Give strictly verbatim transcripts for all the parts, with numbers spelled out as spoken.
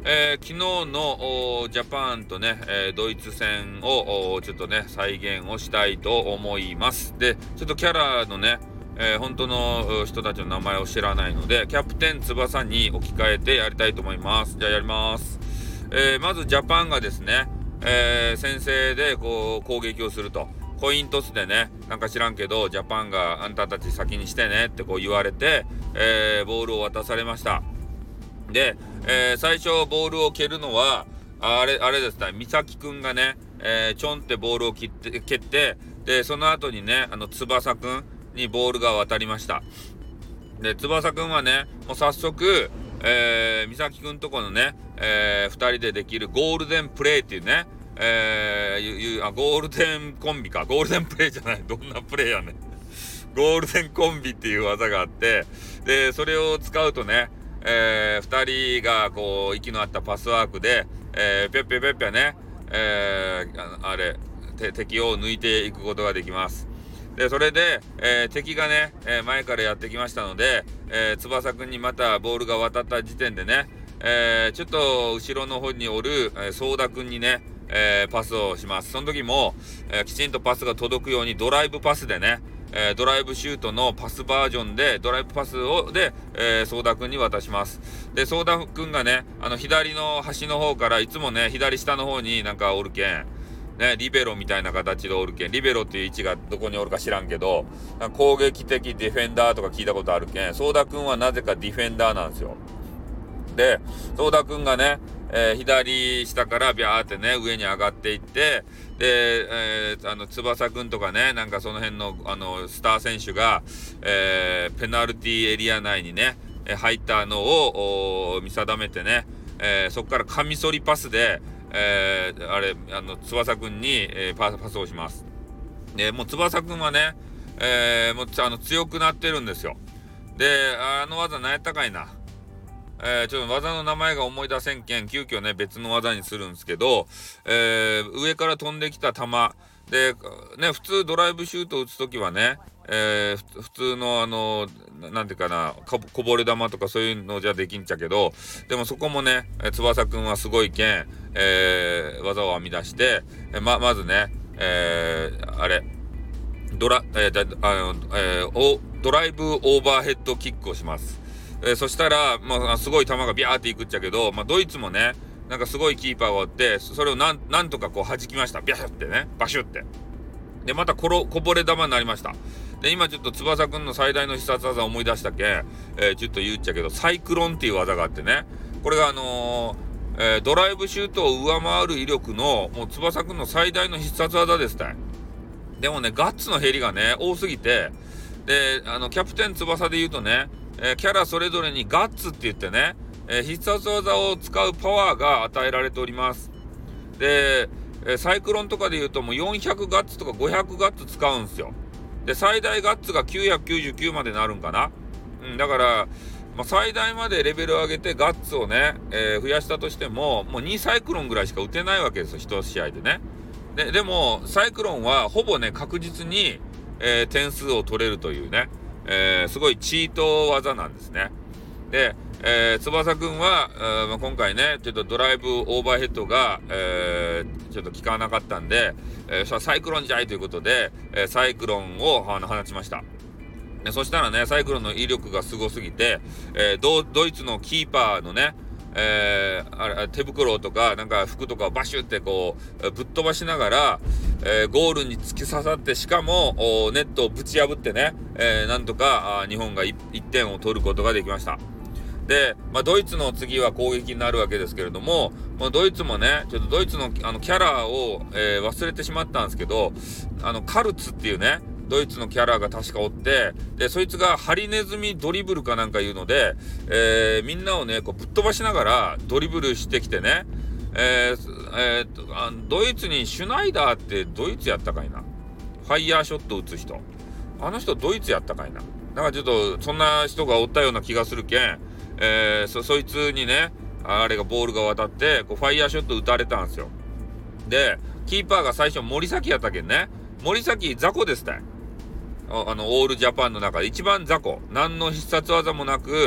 えー、昨日のジャパンとね、えー、ドイツ戦をちょっとね再現をしたいと思います。でちょっとキャラのね、えー、本当の人たちの名前を知らないのでキャプテン翼に置き換えてやりたいと思います。じゃあやります。えー、まずジャパンがですね、えー、先制でこう攻撃をすると、コイントスでね、なんか知らんけどジャパンがあんたたち先にしてねってこう言われて、えー、ボールを渡されました。で、えー、最初ボールを蹴るのはあれあれですね、美咲くんがね、えー、ちょんってボールを切って蹴って、でその後にね、あの翼くんにボールが渡りました。で翼くんはね、もう早速、えー、美咲くんとこのね、えー、ふたりでできるゴールデンプレーっていうね、えー、いうあゴールデンコンビか、ゴールデンプレーじゃない、どんなプレーやねんゴールデンコンビっていう技があって、でそれを使うとね、えー、ふたりがこう息の合ったパスワークで、えー、ぴょっぴょぴょっぴょね、えー、あれ敵を抜いていくことができます。でそれで、えー、敵がね、えー、前からやってきましたので、えー、翼くんにまたボールが渡った時点でね、えー、ちょっと後ろの方におる、えー、ソーダくんにね、えー、パスをします。その時も、えー、きちんとパスが届くようにドライブパスでね、えー、ドライブシュートのパスバージョンでドライブパスをで、えー、ソーダくんに渡します。でソーダくんがね、あの左の端の方からいつもね左下の方になんかおるけんね、リベロみたいな形でおるけん、リベロっていう位置がどこにおるか知らんけど、攻撃的ディフェンダーとか聞いたことあるけん、ソーダくんはなぜかディフェンダーなんですよ。でソーダくんがね、えー、左下からビャーってね上に上がっていって、で、えー、あの翼くんとかね、なんかその辺のあのスター選手が、えー、ペナルティーエリア内にね入ったのを見定めてね、えー、そこからカミソリパスで、えー、あれあの翼くんに、えー、パ, パスをします。でもう翼くんはね、えー、もうあの強くなってるんですよ。であの技何やったかいな、えー、ちょっと技の名前が思い出せんけん急遽ね別の技にするんですけど、えー、上から飛んできた球でね、普通ドライブシュートを打つときはね、えー、普通のあのなんていうかな、こぼれ球とかそういうのじゃできんちゃけど、でもそこもね翼くんはすごいけん、えー、技を編み出して、ままずね、えー、あれドラ、えーあのえー、おドライブオーバーヘッドキックをします。えー、そしたら、まあ、すごい球がビャーっていくっちゃけど、まあ、ドイツもねなんかすごいキーパーがおって、それをなんなんとかこう弾きました。ビャーってね、バシュって。でまたころこぼれ球になりました。で今ちょっと翼くんの最大の必殺技を思い出したけん、えー、ちょっと言っちゃけどサイクロンっていう技があってね、これがあのーえー、ドライブシュートを上回る威力のもう翼くんの最大の必殺技ですたい。でもねガッツの減りがね多すぎて、であのキャプテン翼で言うとね、えー、キャラそれぞれにガッツって言ってね、えー、必殺技を使うパワーが与えられております。で、えー、サイクロンとかで言うともうよんひゃくガッツとかごひゃくガッツ使うんですよ。で最大ガッツがきゅうひゃくきゅうじゅうきゅうまでなるんかな、うん、だから、まあ、最大までレベルを上げてガッツをね、えー、増やしたとしてももうにサイクロンぐらいしか打てないわけですよ、いち試合でね。ででもサイクロンはほぼね確実に、えー、点数を取れるというね、えー、すごいチート技なんですね。で、えー、翼くんは、えーまあ、今回ねちょっとドライブオーバーヘッドが、えー、ちょっと効かなかったんで、えー、サイクロンじゃいということで、えー、サイクロンを放ちました。でそしたらねサイクロンの威力がすごすぎて、えー、ド, ドイツのキーパーのね、えー、あれ手袋とかなんか服とかをバシュってこうぶっ飛ばしながら、えー、ゴールに突き刺さって、しかもネットをぶち破ってね、えー、なんとか日本が いってんを取ることができました。で、まあ、ドイツの次は攻撃になるわけですけれども、まあ、ドイツもねちょっとドイツのあのキャラを、えー、忘れてしまったんですけど、あのカルツっていうねドイツのキャラが確かおって、でそいつがハリネズミドリブルかなんかいうので、えー、みんなをねこうぶっ飛ばしながらドリブルしてきてね、えーえー、とあドイツにシュナイダーってドイツやったかいな、ファイヤーショット打つ人、あの人ドイツやったかいな、なんかちょっとそんな人がおったような気がするけん、えー、そ, そいつにねあれがボールが渡ってこうファイヤーショット打たれたんですよ。でキーパーが最初森崎やったけんね、森崎雑魚ですたい、あのオールジャパンの中で一番雑魚、何の必殺技もなく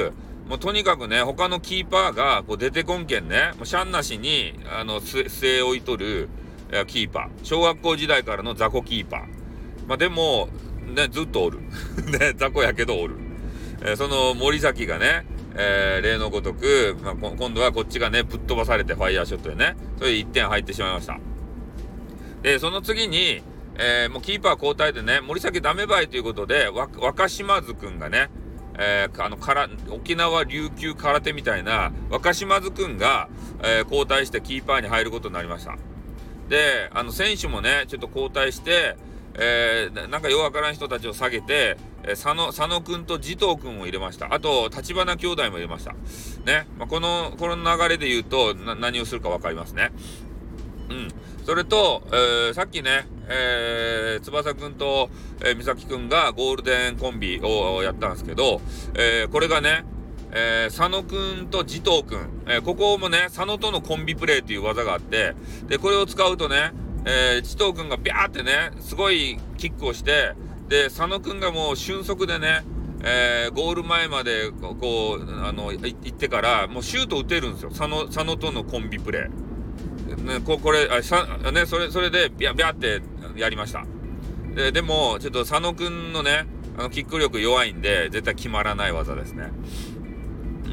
もうとにかくね、他のキーパーがこう出てこんけんね、もうシャンなしに、あの、据え置いとるキーパー。小学校時代からの雑魚キーパー。まあでも、ね、ずっとおる。ね、雑魚やけどおる。えー、その森崎がね、えー、例のごとく、まあ、今度はこっちがね、ぶっ飛ばされてファイヤーショットでね、それでいってん入ってしまいました。で、その次に、えー、もうキーパー交代でね、森崎ダメバイということで、わ若島津くんがね、えー、あのから沖縄琉球空手みたいな若島津くんが、えー、交代してキーパーに入ることになりました。で、あの選手もねちょっと交代して、えー、なんかよくわからん人たちを下げて、えー、佐野佐野くんと慈瞳くんを入れました。あと立花兄弟も入れましたね。まあ、このこの流れで言うとな何をするかわかりますね。うん、それと、えー、さっきね、えー、翼くんと、えー、美咲くんがゴールデンコンビをやったんですけど、えー、これがね、えー、佐野くんと慈瞳くん、えー、ここもね佐野とのコンビプレーという技があって、でこれを使うとね、えー、慈瞳くんがビャーってねすごいキックをして、で佐野くんがもう俊足でね、えー、ゴール前までこうあの行ってからもうシュート打てるんですよ、佐野佐野とのコンビプレー。ね、ここれあさ、ね、それそれでビャビャってやりました。ででもちょっと佐野くんのねあのキック力弱いんで絶対決まらない技ですね。うん、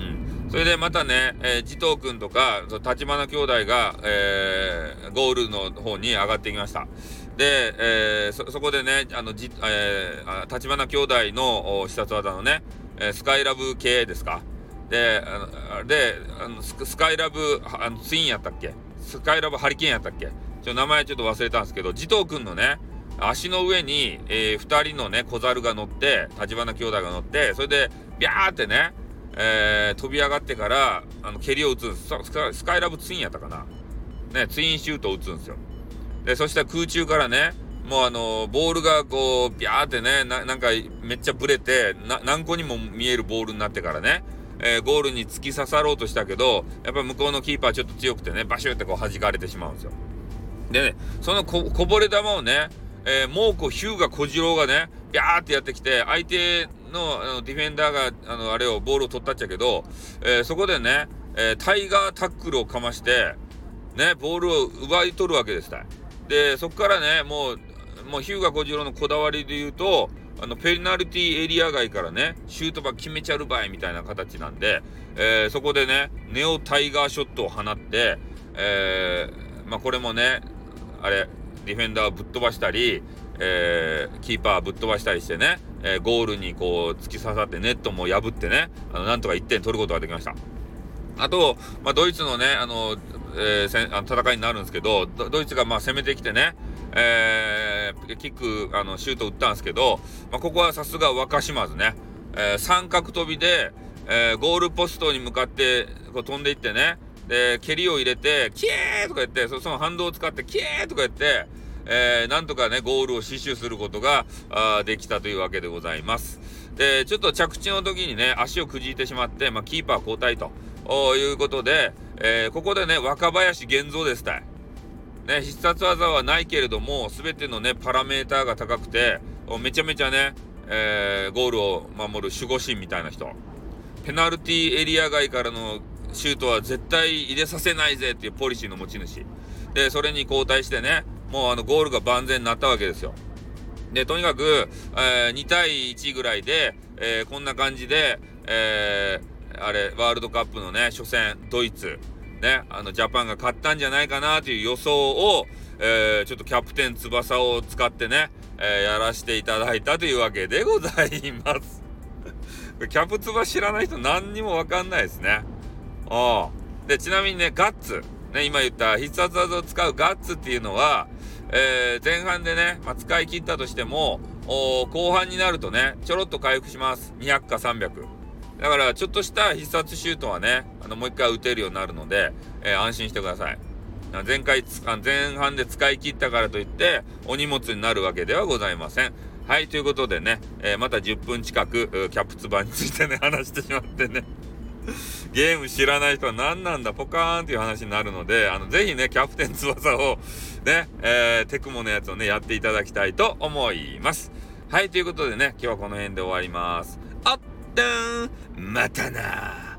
それでまたね、えー、慈瞳くんとか立花兄弟が、えー、ゴールの方に上がってきました。で、えー、そ, そこでねあのじ、えー、立花兄弟の必殺技のね、えー、スカイラブ系ですか。であのであのス, スカイラブあのツインやったっけ、スカイラブハリケーンやったっけ、ちょ名前ちょっと忘れたんですけど、慈瞳くんのね足の上に、えー、ふたりのね小猿が乗って、立花兄弟が乗って、それでビャーってね、えー、飛び上がってからあの蹴りを打つんです。スカイラブツインやったかなね、ツインシュートを打つんですよ。でそしたら空中からねもうあのボールがこうビャーってね な, なんかめっちゃブレてな何個にも見えるボールになってからね、えー、ゴールに突き刺さろうとしたけど、やっぱり向こうのキーパーちょっと強くてねバシュってこう弾かれてしまうんですよ。でねその こ, こぼれ球をね、えー、猛虎ヒューガ小次郎がねビャーってやってきて、相手 の, あのディフェンダーがあのあれをボールを取ったっちゃけど、えー、そこでね、えー、タイガータックルをかましてねボールを奪い取るわけです。でそこからねもうもうヒューガ小次郎のこだわりで言うと、あのペナルティーエリア外からねシュートば決めちゃるばいみたいな形なんで、えー、そこでねネオタイガーショットを放って、えー、まあこれもねあれディフェンダーをぶっ飛ばしたり、えー、キーパーぶっ飛ばしたりしてね、えー、ゴールにこう突き刺さってネットも破ってねあのなんとかいってん取ることができました。あと、まあ、ドイツのねあの、えー、あの戦いになるんですけど、ドイツがまあ攻めてきてね、えー、キックあのシュート打ったんですけど、まあ、ここはさすが若島津ね、えー、三角飛びで、えー、ゴールポストに向かってこう飛んでいってね、で蹴りを入れてキエーとか言って そ, その反動を使ってキエーとか言って、えー、なんとかねゴールを死守することがあできたというわけでございます。でちょっと着地の時にね足をくじいてしまって、まあ、キーパー交代ということで、えー、ここでね若林源三ですたいね、必殺技はないけれども全てのねパラメーターが高くてめちゃめちゃね、えー、ゴールを守る守護神みたいな人、ペナルティーエリア外からのシュートは絶対入れさせないぜっていうポリシーの持ち主で、それに交代してねもうあのゴールが万全になったわけですよ。でとにかく、えー、にたいいちぐらいで、えー、こんな感じで、えー、あれワールドカップのね初戦ドイツね、あのジャパンが勝ったんじゃないかなという予想を、えー、ちょっとキャプテン翼を使ってね、えー、やらせていただいたというわけでございますキャプツバ知らない人何にも分かんないですね。あでちなみにねガッツ、ね、今言った必殺技を使うガッツっていうのは、えー、前半でね、まあ、使い切ったとしても後半になるとねちょろっと回復します。にひゃくかさんびゃくだからちょっとした必殺シュートはねあのもう一回打てるようになるので、えー、安心してください。前回前半で使い切ったからといってお荷物になるわけではございません。はいということでね、えー、またじゅっぷん近くキャプツバについてね話してしまってねゲーム知らない人は何なんだポカーンっていう話になるので、あのぜひねキャプテン翼をね、えー、テクモのやつをねやっていただきたいと思います。はいということでね今日はこの辺で終わります。あっまたな。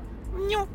にょ。